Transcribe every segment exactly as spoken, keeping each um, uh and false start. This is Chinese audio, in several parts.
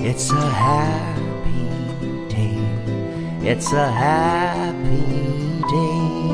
It's a happy day. It's a happy day.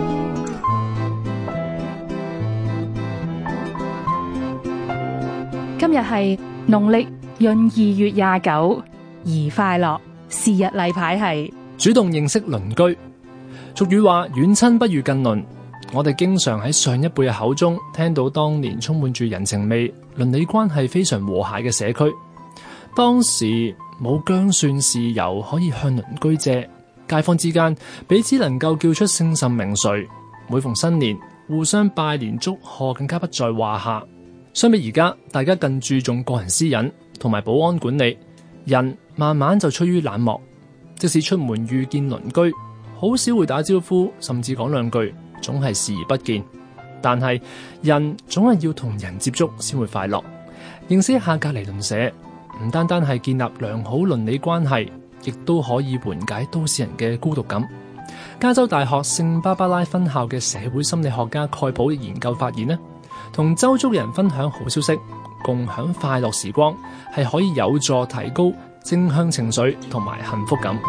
今日係農曆閏二月廿九，宜快樂。是日例牌係主動認識鄰居。俗語話遠親不如近鄰，我哋經常喺上一輩嘅口中聽到當年充滿住人情味、鄰里關係非常和諧嘅社區。當時冇薑蒜豉油可以向鄰居借，街坊之間彼此能夠叫出姓甚名誰，每逢新年互相拜年祝賀更加不在話下。相比而家，大家更注重個人私隱同埋保安管理，人慢慢就趨於冷漠。即使出門遇見鄰居，好少會打招呼，甚至講兩句，總係視而不見。但係人總係要同人接觸先會快樂，認識一下隔離鄰舍，唔單單係建立良好鄰里關係，亦都可以緩解都市人嘅孤獨感。加州大學聖芭芭拉分校嘅社會心理學家蓋普嘅研究發現呢，同周遭嘅人分享好消息，共享快樂時光，係可以有助提高正向情緒同埋幸福感。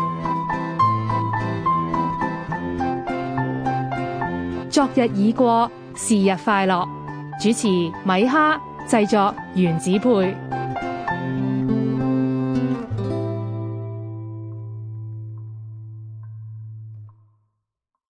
昨日已過，是日快樂。主持米哈，製作原子配。